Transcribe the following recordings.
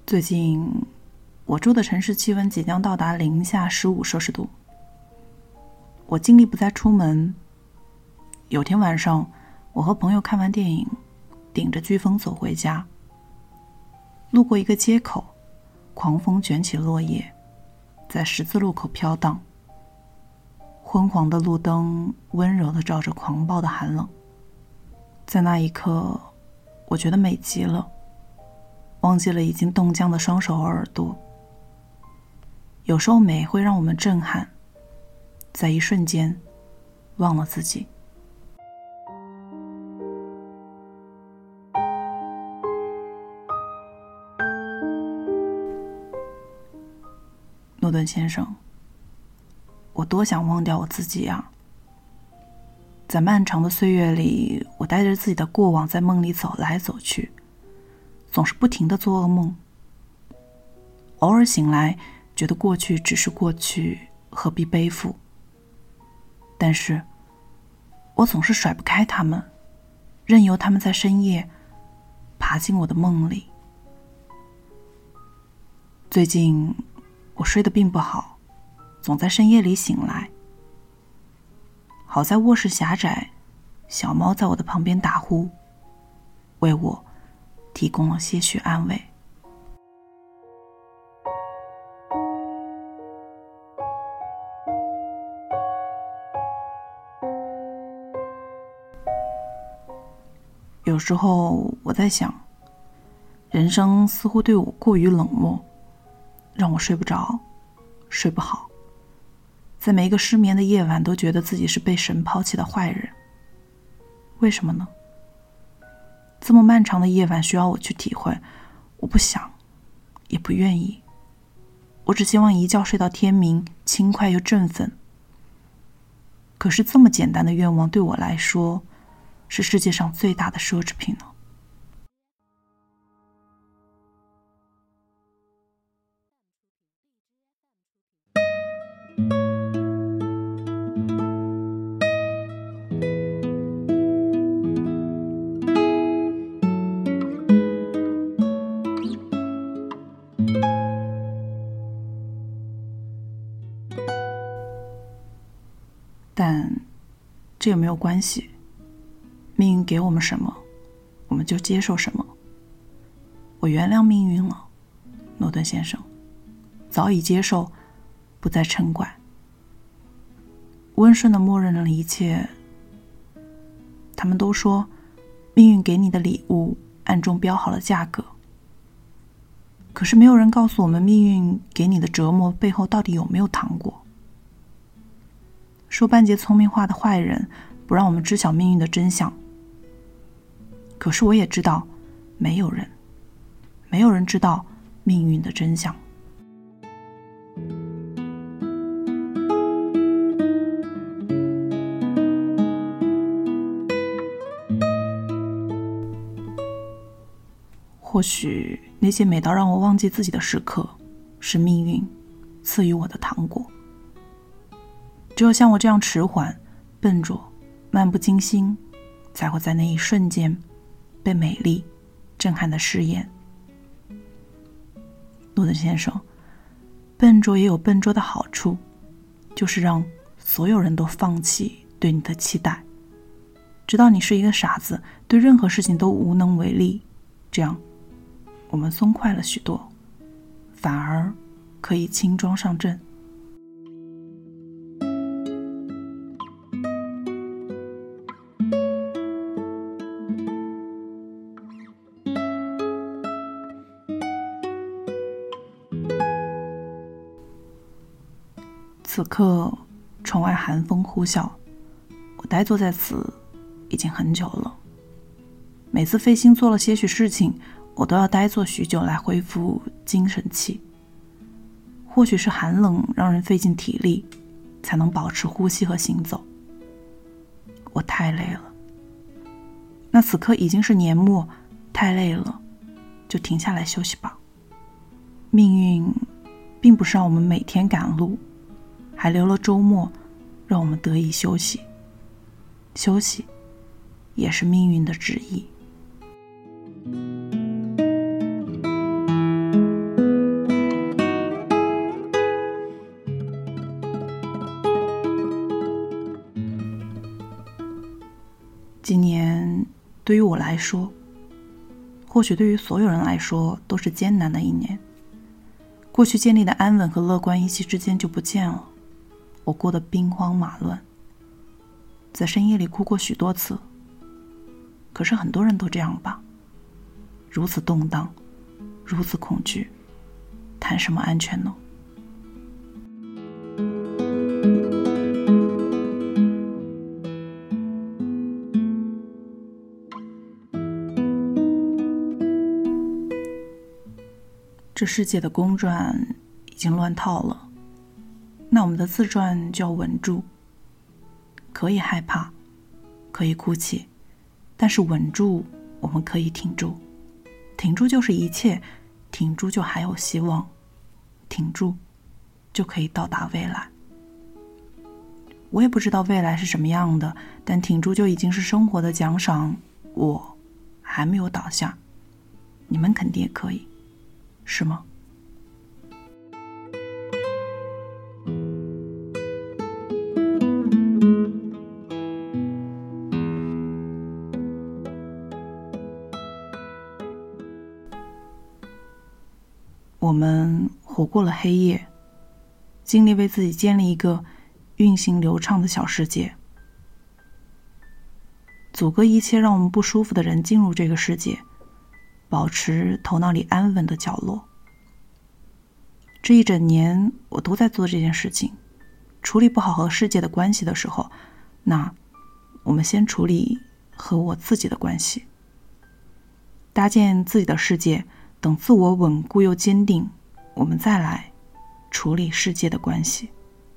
最近我住的城市气温即将到达零下15摄氏度，我尽力不再出门。有天晚上，我和朋友看完电影，顶着飓风走回家，路过一个街口，狂风卷起落叶，在十字路口飘荡，昏黄的路灯温柔地照着狂暴的寒冷。在那一刻，我觉得美极了，忘记了已经冻僵的双手和耳朵。有时候美会让我们震撼，在一瞬间忘了自己。诺顿先生，我多想忘掉我自己啊！在漫长的岁月里，我带着自己的过往在梦里走来走去，总是不停地做噩梦。偶尔醒来，觉得过去只是过去，何必背负？但是，我总是甩不开他们，任由他们在深夜爬进我的梦里。最近，我睡得并不好，总在深夜里醒来。好在卧室狭窄，小猫在我的旁边打呼，为我提供了些许安慰。有时候我在想，人生似乎对我过于冷漠，让我睡不着，睡不好，在每一个失眠的夜晚都觉得自己是被神抛弃的坏人。为什么呢？这么漫长的夜晚需要我去体会，我不想，也不愿意。我只希望一觉睡到天明，轻快又振奋。可是这么简单的愿望对我来说，是世界上最大的奢侈品呢。但这有没有关系？命运给我们什么，我们就接受什么。我原谅命运了，诺顿先生，早已接受，不再嗔怪，温顺地默认了一切。他们都说，命运给你的礼物暗中标好了价格，可是没有人告诉我们，命运给你的折磨背后到底有没有糖果。说半截聪明话的坏人不让我们知晓命运的真相，可是我也知道，没有人知道命运的真相。或许那些美到让我忘记自己的时刻，是命运赐予我的糖果。只有像我这样迟缓、笨拙、漫不经心，才会在那一瞬间被美丽震撼的试验。诺顿先生，笨拙也有笨拙的好处，就是让所有人都放弃对你的期待，知道你是一个傻子，对任何事情都无能为力。这样我们松快了许多，反而可以轻装上阵。此刻窗外寒风呼啸，我呆坐在此已经很久了。每次费心做了些许事情，我都要呆坐许久来恢复精神气。或许是寒冷让人费尽体力，才能保持呼吸和行走。我太累了。那此刻已经是年末，太累了，就停下来休息吧。命运并不是让我们每天赶路，还留了周末让我们得以休息。休息也是命运的旨意。 今年对于我来说，或许对于所有人来说都是艰难的一年。过去建立的安稳和乐观一夕之间就不见了，我过得兵荒马乱，在深夜里哭过许多次。可是很多人都这样吧，如此动荡，如此恐惧，谈什么安全呢？这世界的公转已经乱套了，那我们的自转就要稳住。可以害怕，可以哭泣，但是稳住，我们可以挺住。挺住就是一切，挺住就还有希望，挺住就可以到达未来。我也不知道未来是什么样的，但挺住就已经是生活的奖赏。我还没有倒下，你们肯定也可以，是吗？我们活过了黑夜，尽力为自己建立一个运行流畅的小世界，阻隔一切让我们不舒服的人进入这个世界，保持头脑里安稳的角落。这一整年我都在做这件事情。处理不好和世界的关系的时候，那我们先处理和我自己的关系，搭建自己的世界，等自我稳固又坚定，我们再来处理世界的关系。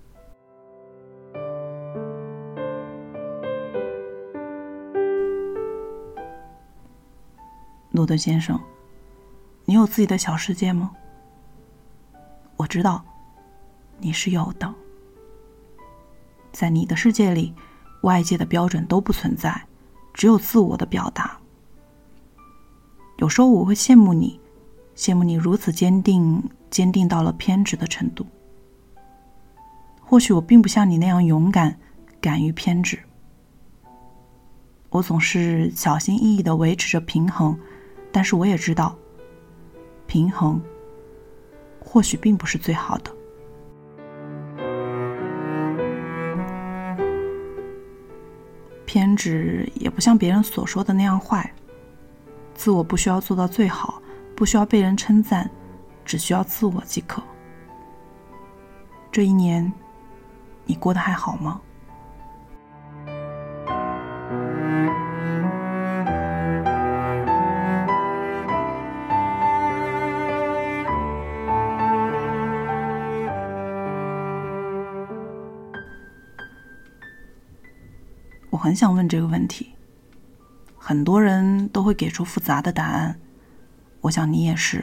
诺顿先生，你有自己的小世界吗？我知道你是有的。在你的世界里，外界的标准都不存在，只有自我的表达。有时候我会羡慕你，羡慕你如此坚定，坚定到了偏执的程度。或许我并不像你那样勇敢，敢于偏执。我总是小心翼翼地维持着平衡，但是我也知道，平衡或许并不是最好的。偏执也不像别人所说的那样坏，自我不需要做到最好，不需要被人称赞，只需要自我即可。这一年，你过得还好吗？我很想问这个问题，很多人都会给出复杂的答案，我想你也是。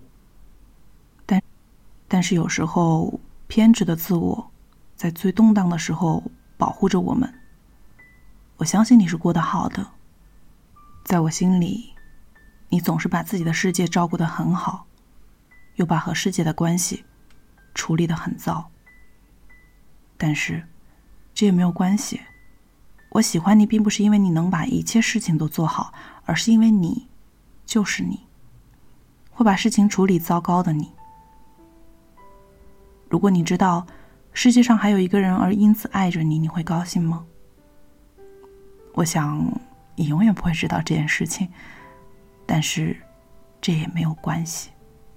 但是有时候偏执的自我在最动荡的时候保护着我们。我相信你是过得好的，在我心里，你总是把自己的世界照顾得很好，又把和世界的关系处理得很糟。但是这也没有关系，我喜欢你并不是因为你能把一切事情都做好，而是因为你就是你，会把事情处理糟糕的你。如果你知道世界上还有一个人而因此爱着你，你会高兴吗？我想你永远不会知道这件事情，但是这也没有关系。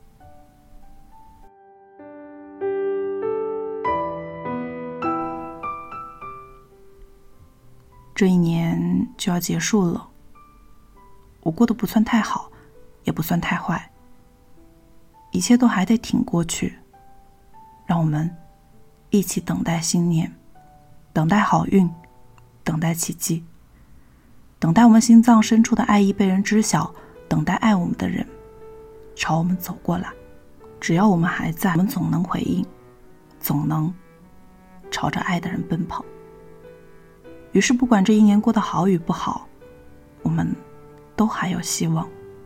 这一年就要结束了，我过得不算太好，也不算太坏，一切都还得挺过去。让我们一起等待新年，等待好运，等待奇迹，等待我们心脏深处的爱意被人知晓，等待爱我们的人朝我们走过来。只要我们还在，我们总能回应，总能朝着爱的人奔跑。于是不管这一年过得好与不好，我们都还有希望。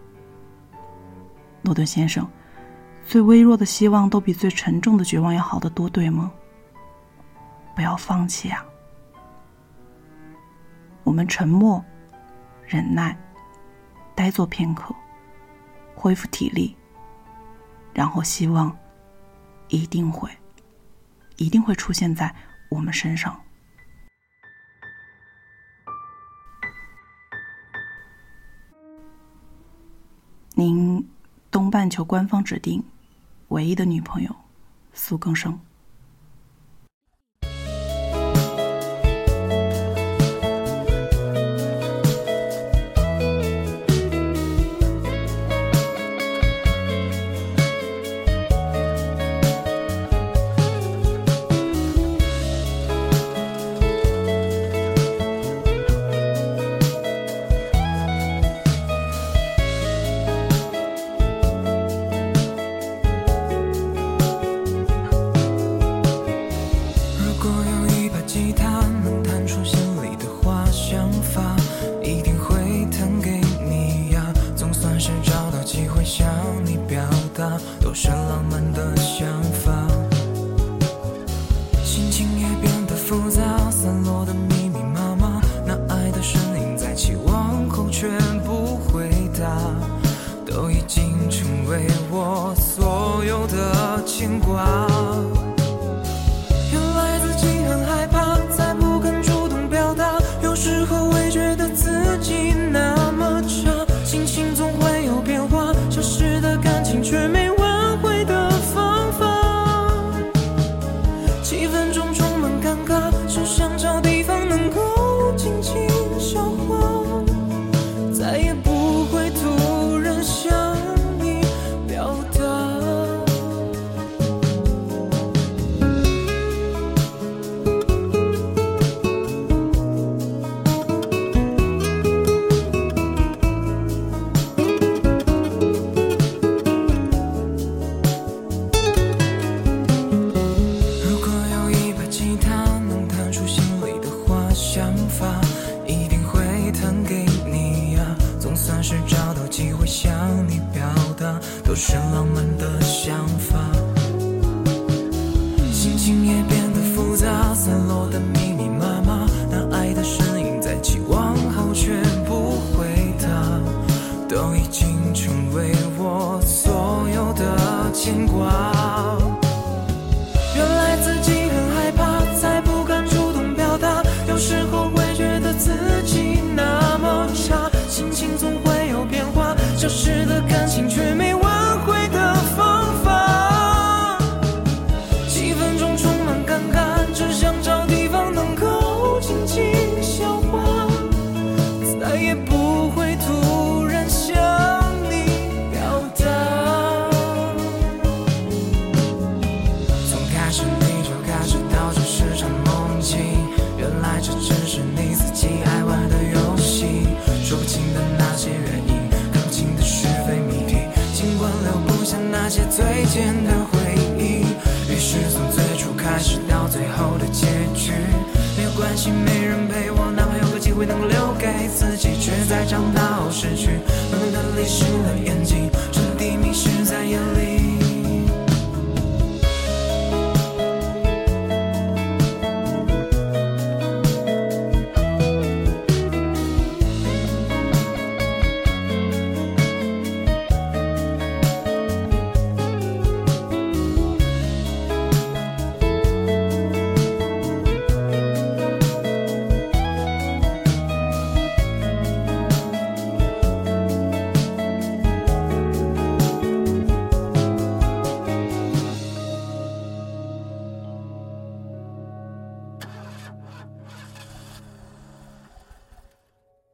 诺顿先生，最微弱的希望都比最沉重的绝望要好得多，对吗？不要放弃啊！我们沉默忍耐，呆坐片刻，恢复体力，然后希望一定会出现在我们身上。您东半球官方指定唯一的女朋友苏更生。 都是浪漫的想法，心情也变得复杂，散落的密密麻麻，那爱的声音在期望后却不回答，都已经成为我所有的牵挂。原来自己很害怕，才不肯主动表达，有时候会觉得自己那么差，心情总会有变化，消失的感情却没挽回的方法，气氛中充满尴尬，只想找地方能够尽情消化，再也不会突然向你表达。是找到机会向你表达，都是浪漫的想法，心情也变得复杂，散落的密密麻麻，那爱的声音在期望后却不回答，都已经成为我所有的牵挂。原来自己很害怕，才不敢主动表达，有时候会觉得自己那么差，心情总会有变化，消失的感情却没挽回的方法，气氛中充满尴尬，只想找地方能够尽情消化，再也不会突然向你表达。从开始你就开始到这是场梦境，原来这只是你自己爱玩的游戏，说不清的那些原因，搞不清的是非谜题，尽管留不下那些最贱的回忆，于是从最初开始到最后的结局，没有关系，没人陪我，哪怕有个机会能够留给自己，却在长大后失去，慢慢的离湿了眼睛，彻底迷失在夜里。